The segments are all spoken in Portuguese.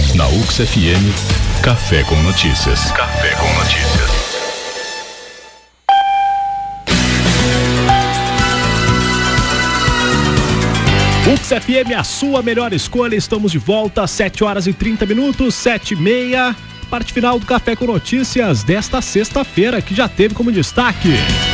Na UX FM, Café com Notícias. Café com Notícias. UX FM, a sua melhor escolha. Estamos de volta às 7h30, 7h30. Parte final do Café com Notícias desta sexta-feira, que já teve como destaque: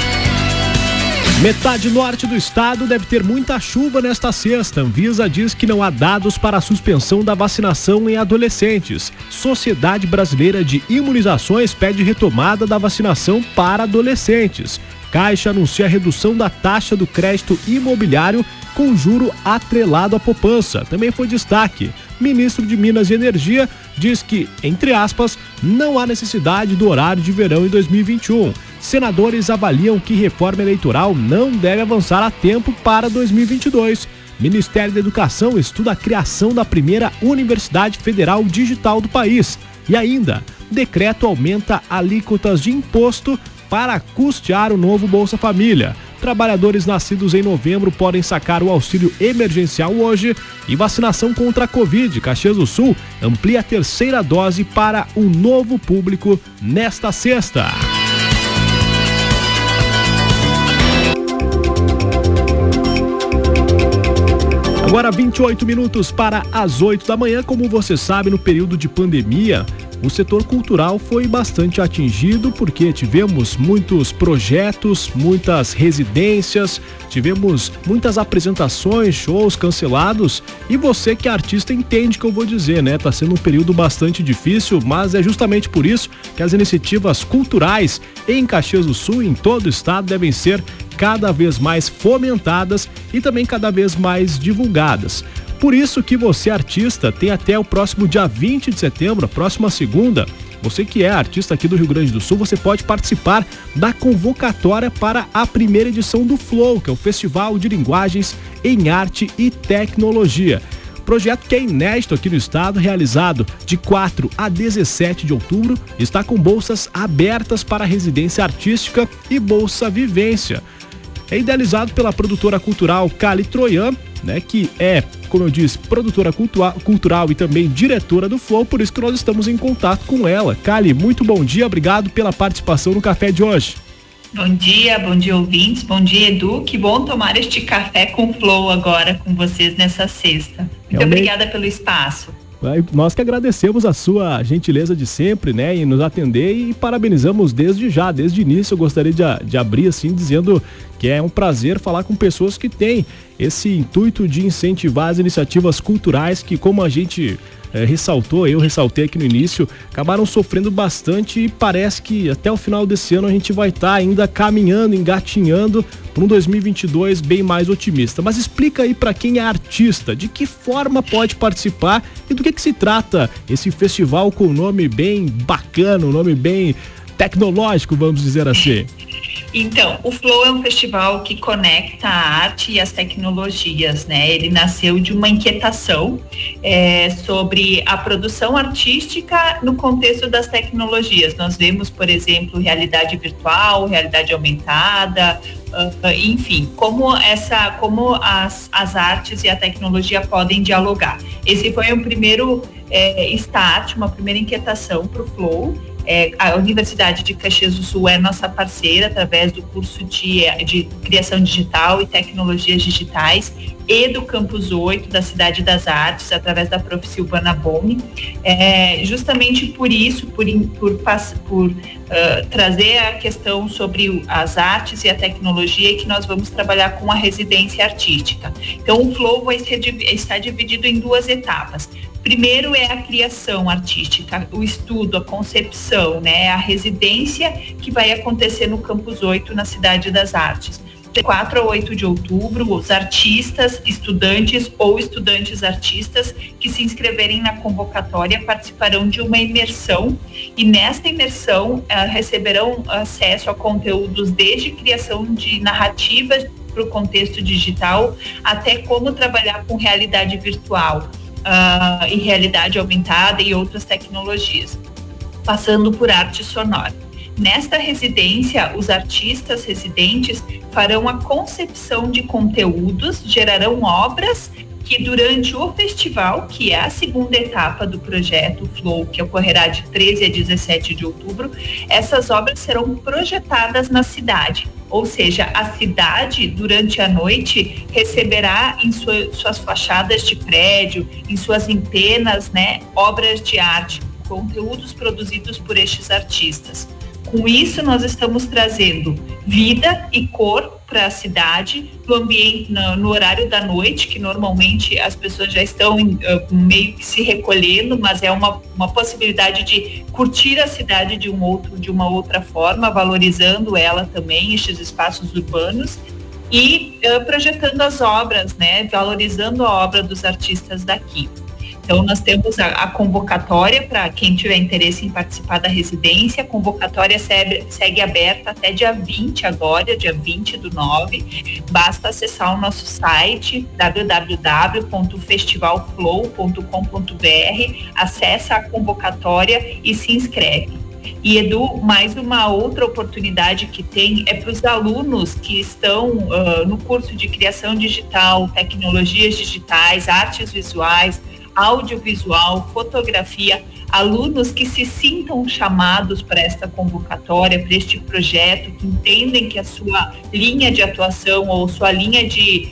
metade norte do estado deve ter muita chuva nesta sexta. Anvisa diz que não há dados para a suspensão da vacinação em adolescentes. Sociedade Brasileira de Imunizações pede retomada da vacinação para adolescentes. Caixa anuncia a redução da taxa do crédito imobiliário com juro atrelado à poupança. Também foi destaque: ministro de Minas e Energia diz que, entre aspas, não há necessidade do horário de verão em 2021. Senadores avaliam que reforma eleitoral não deve avançar a tempo para 2022. Ministério da Educação estuda a criação da primeira Universidade Federal Digital do país. E ainda, decreto aumenta alíquotas de imposto para custear o novo Bolsa Família. Trabalhadores nascidos em novembro podem sacar o auxílio emergencial hoje. E vacinação contra a Covid. Caxias do Sul amplia a terceira dose para um novo público nesta sexta. Agora 28 minutos para as 8 da manhã. Como você sabe, no período de pandemia, o setor cultural foi bastante atingido, porque tivemos muitos projetos, muitas residências, tivemos muitas apresentações, shows cancelados. E você que é artista entende o que eu vou dizer, né? Tá sendo um período bastante difícil, mas é justamente por isso que as iniciativas culturais em Caxias do Sul, em todo o estado, devem ser cada vez mais fomentadas e também cada vez mais divulgadas. Por isso que você, artista, tem até o próximo dia 20 de setembro, a próxima segunda. Você que é artista aqui do Rio Grande do Sul, você pode participar da convocatória para a primeira edição do Flow, que é o Festival de Linguagens em Arte e Tecnologia. Projeto que é inédito aqui no estado, realizado de 4 a 17 de outubro, está com bolsas abertas para residência artística e bolsa vivência. É idealizado pela produtora cultural Cali Troian, né, que é, como eu disse, produtora cultural e também diretora do Flow, por isso que nós estamos em contato com ela. Cali, muito bom dia, obrigado pela participação no café de hoje. Bom dia ouvintes, bom dia Edu, que bom tomar este café com Flow agora com vocês nessa sexta. Muito obrigada pelo espaço. Nós que agradecemos a sua gentileza de sempre, né, em nos atender, e parabenizamos desde o início. Eu gostaria de abrir assim dizendo que é um prazer falar com pessoas que têm esse intuito de incentivar as iniciativas culturais que, como a gente eu ressaltei aqui no início, acabaram sofrendo bastante, e parece que até o final desse ano a gente vai estar ainda caminhando, engatinhando para um 2022 bem mais otimista. Mas explica aí para quem é artista, de que forma pode participar e do que se trata esse festival com um nome bem bacana, um nome bem tecnológico, vamos dizer assim. Então, o Flow é um festival que conecta a arte e as tecnologias, né? Ele nasceu de uma inquietação sobre a produção artística no contexto das tecnologias. Nós vemos, por exemplo, realidade virtual, realidade aumentada, enfim, como as artes e a tecnologia podem dialogar. Esse foi um primeiro start, uma primeira inquietação para o Flow. A Universidade de Caxias do Sul é nossa parceira através do curso de Criação Digital e Tecnologias Digitais e do Campus 8 da Cidade das Artes, através da Prof. Silvana Bomi. Justamente por isso, por trazer a questão sobre as artes e a tecnologia, que nós vamos trabalhar com a residência artística. Então, o Flow está dividido em duas etapas. Primeiro é a criação artística, o estudo, a concepção, né? A residência que vai acontecer no Campus 8, na Cidade das Artes. De 4 a 8 de outubro, os artistas, estudantes ou estudantes artistas que se inscreverem na convocatória participarão de uma imersão, e nesta imersão receberão acesso a conteúdos desde criação de narrativas para o contexto digital até como trabalhar com realidade virtual. E realidade aumentada e outras tecnologias, passando por arte sonora. Nesta residência, os artistas residentes farão a concepção de conteúdos, gerarão obras que durante o festival, que é a segunda etapa do projeto Flow, que ocorrerá de 13 a 17 de outubro, essas obras serão projetadas na cidade. Ou seja, a cidade, durante a noite, receberá em suas fachadas de prédio, em suas antenas, né, obras de arte, conteúdos produzidos por estes artistas. Com isso, nós estamos trazendo vida e cor para a cidade, no ambiente, no horário da noite, que normalmente as pessoas já estão meio que se recolhendo, mas é uma possibilidade de curtir a cidade de uma outra forma, valorizando ela também, estes espaços urbanos, e projetando as obras, né, valorizando a obra dos artistas daqui. Então, nós temos a convocatória para quem tiver interesse em participar da residência. A convocatória segue aberta até dia 20 agora, dia 20/9. Basta acessar o nosso site www.festivalflow.com.br, acessa a convocatória e se inscreve. E, Edu, mais uma outra oportunidade que tem é para os alunos que estão no curso de criação digital, tecnologias digitais, artes visuais, audiovisual, fotografia, alunos que se sintam chamados para esta convocatória, para este projeto, que entendem que a sua linha de atuação ou sua linha de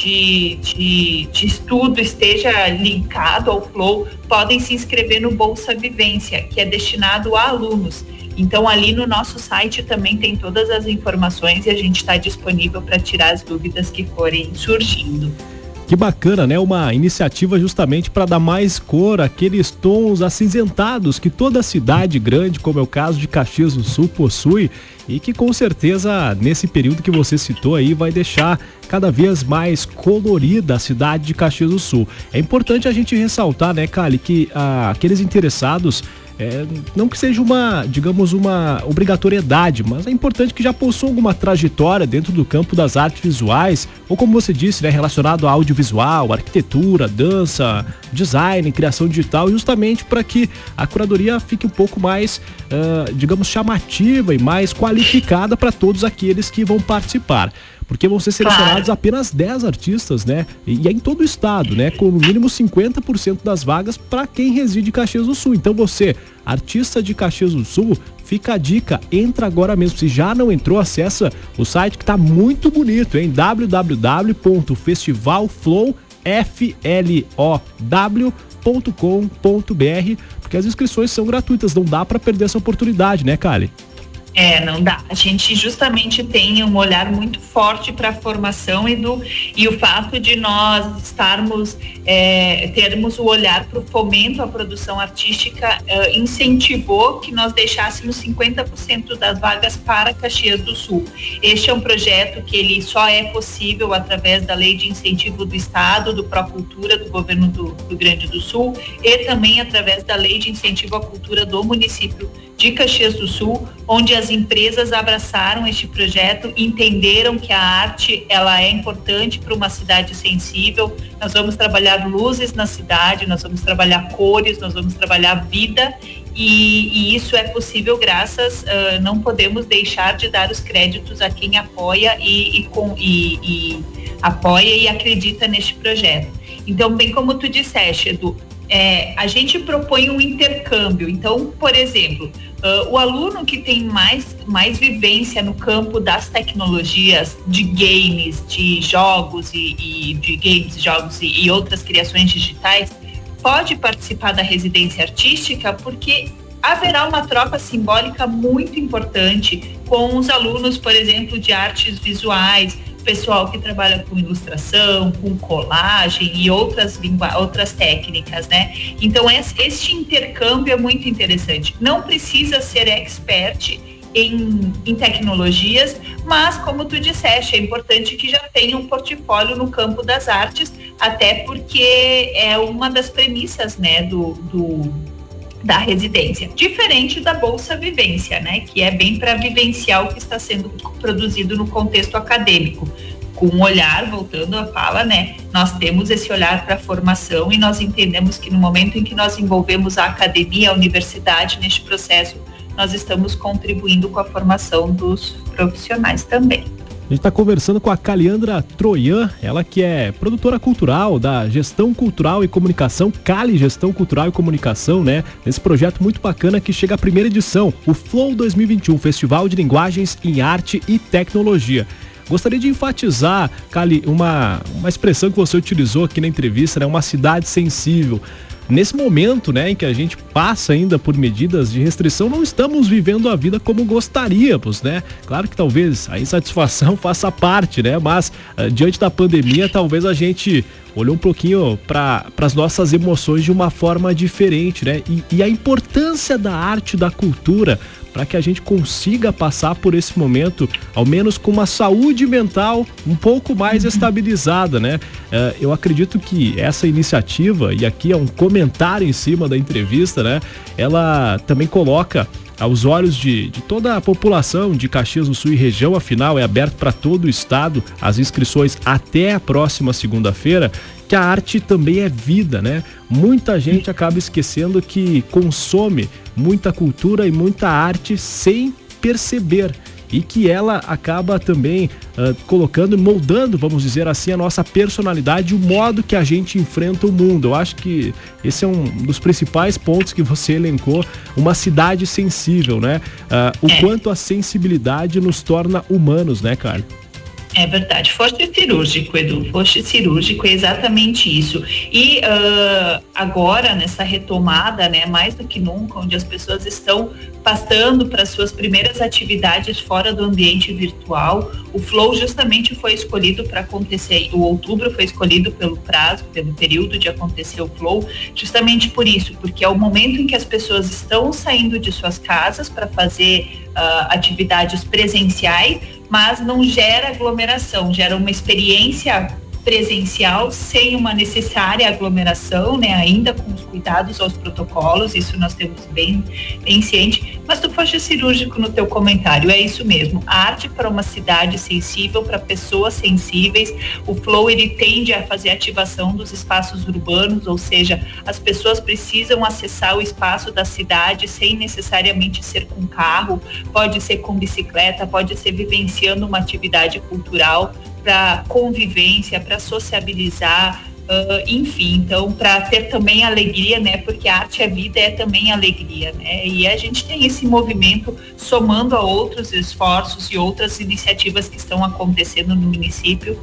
estudo esteja linkado ao Flow, podem se inscrever no Bolsa Vivência, que é destinado a alunos. Então, ali no nosso site também tem todas as informações e a gente está disponível para tirar as dúvidas que forem surgindo. Que bacana, né? Uma iniciativa justamente para dar mais cor àqueles tons acinzentados que toda cidade grande, como é o caso de Caxias do Sul, possui, e que com certeza nesse período que você citou aí vai deixar cada vez mais colorida a cidade de Caxias do Sul. É importante a gente ressaltar, né, Cali, que aqueles interessados, não que seja uma obrigatoriedade, mas é importante que já possuam alguma trajetória dentro do campo das artes visuais, ou como você disse, né, relacionado a audiovisual, arquitetura, dança, design, criação digital, justamente para que a curadoria fique um pouco mais, chamativa e mais qualificada para todos aqueles que vão participar. Porque vão ser selecionados apenas 10 artistas, né? E é em todo o estado, né? Com no mínimo 50% das vagas para quem reside em Caxias do Sul. Então você, artista de Caxias do Sul, fica a dica, entra agora mesmo. Se já não entrou, acessa o site que tá muito bonito, hein? www.festivalflow.com.br, porque as inscrições são gratuitas, não dá para perder essa oportunidade, né, Cali? Não dá. A gente justamente tem um olhar muito forte para a formação, e o fato de nós termos o olhar para o fomento à produção artística incentivou que nós deixássemos 50% das vagas para Caxias do Sul. Este é um projeto que ele só é possível através da Lei de Incentivo do Estado, do Procultura, do Governo do Rio Grande do Sul, e também através da Lei de Incentivo à Cultura do município de Caxias do Sul, onde as empresas abraçaram este projeto, entenderam que a arte ela é importante para uma cidade sensível. Nós vamos trabalhar luzes na cidade, nós vamos trabalhar cores, nós vamos trabalhar vida, e isso é possível graças, não podemos deixar de dar os créditos a quem apoia e apoia e acredita neste projeto. Então, bem como tu disseste, Edu, a gente propõe um intercâmbio. Então, por exemplo, o aluno que tem mais vivência no campo das tecnologias, de games, de jogos e outras criações digitais, pode participar da residência artística, porque haverá uma troca simbólica muito importante com os alunos, por exemplo, de artes visuais, pessoal que trabalha com ilustração, com colagem e outras técnicas, né? Então, este intercâmbio é muito interessante. Não precisa ser expert em tecnologias, mas, como tu disseste, é importante que já tenha um portfólio no campo das artes, até porque é uma das premissas, né, da residência, diferente da Bolsa Vivência, né, que é bem para vivenciar o que está sendo produzido no contexto acadêmico. Com um olhar, voltando à fala, né, nós temos esse olhar para a formação e nós entendemos que no momento em que nós envolvemos a academia, a universidade neste processo, nós estamos contribuindo com a formação dos profissionais também. A gente está conversando com a Caliandra Troian, ela que é produtora cultural da Gestão Cultural e Comunicação, Cali Gestão Cultural e Comunicação, né? Nesse projeto muito bacana que chega a primeira edição, o Flow 2021, Festival de Linguagens em Arte e Tecnologia. Gostaria de enfatizar, Cali, uma expressão que você utilizou aqui na entrevista, né? Uma cidade sensível. Nesse momento, né, em que a gente passa ainda por medidas de restrição, não estamos vivendo a vida como gostaríamos, né? Claro que talvez a insatisfação faça parte, né? Mas diante da pandemia, talvez a gente olhou um pouquinho para as nossas emoções de uma forma diferente, né? E a importância da arte, da cultura, para que a gente consiga passar por esse momento, ao menos com uma saúde mental um pouco mais estabilizada, né? Eu acredito que essa iniciativa, e aqui é um comentário em cima da entrevista, né? Ela também coloca aos olhos de toda a população de Caxias do Sul e região, afinal é aberto para todo o estado as inscrições até a próxima segunda-feira, que a arte também é vida, né? Muita gente acaba esquecendo que consome muita cultura e muita arte sem perceber, e que ela acaba também colocando, moldando, vamos dizer assim, a nossa personalidade, o modo que a gente enfrenta o mundo. Eu acho que esse é um dos principais pontos que você elencou, uma cidade sensível, né? O quanto a sensibilidade nos torna humanos, né, Carla? É verdade, foste cirúrgico, Edu, foste cirúrgico, é exatamente isso. E agora, nessa retomada, né, mais do que nunca, onde as pessoas estão passando para suas primeiras atividades fora do ambiente virtual, o Flow justamente foi escolhido para acontecer, o outubro foi escolhido pelo prazo, pelo período de acontecer o Flow, justamente por isso, porque é o momento em que as pessoas estão saindo de suas casas para fazer atividades presenciais, mas não gera aglomeração, gera uma experiência presencial sem uma necessária aglomeração, né? Ainda com os cuidados aos protocolos, isso nós temos bem ciente, mas tu foste cirúrgico no teu comentário, é isso mesmo, a arte para uma cidade sensível, para pessoas sensíveis, o Flow ele tende a fazer ativação dos espaços urbanos, ou seja, as pessoas precisam acessar o espaço da cidade sem necessariamente ser com carro, pode ser com bicicleta, pode ser vivenciando uma atividade cultural, para convivência, para sociabilizar, enfim, então para ter também alegria, né? Porque a arte, a vida é também alegria, né? E a gente tem esse movimento somando a outros esforços e outras iniciativas que estão acontecendo no município.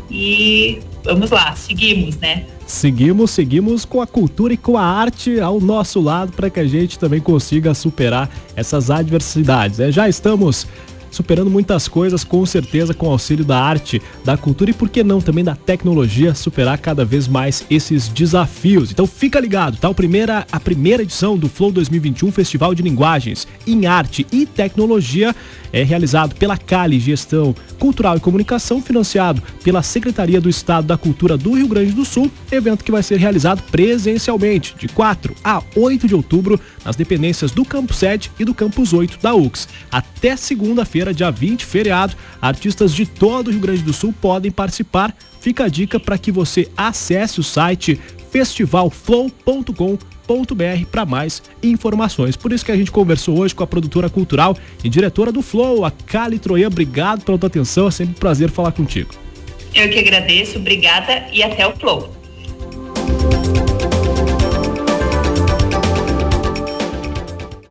E vamos lá, seguimos, né? Seguimos com a cultura e com a arte ao nosso lado para que a gente também consiga superar essas adversidades, né? Já estamos superando muitas coisas, com certeza, com o auxílio da arte, da cultura e, por que não, também da tecnologia, superar cada vez mais esses desafios. Então fica ligado, tá? A primeira edição do Flow 2021, Festival de Linguagens em Arte e Tecnologia, é realizado pela Cali Gestão Cultural e Comunicação, financiado pela Secretaria do Estado da Cultura do Rio Grande do Sul, evento que vai ser realizado presencialmente, de 4 a 8 de outubro, nas dependências do Campus 7 e do Campus 8 da UX. Até segunda-feira, dia 20, feriado, artistas de todo o Rio Grande do Sul podem participar. Fica a dica para que você acesse o site festivalflow.com.br para mais informações. Por isso que a gente conversou hoje com a produtora cultural e diretora do Flow, a Cali Troian. Obrigado pela tua atenção, é sempre um prazer falar contigo. Eu que agradeço, obrigada e até o Flow.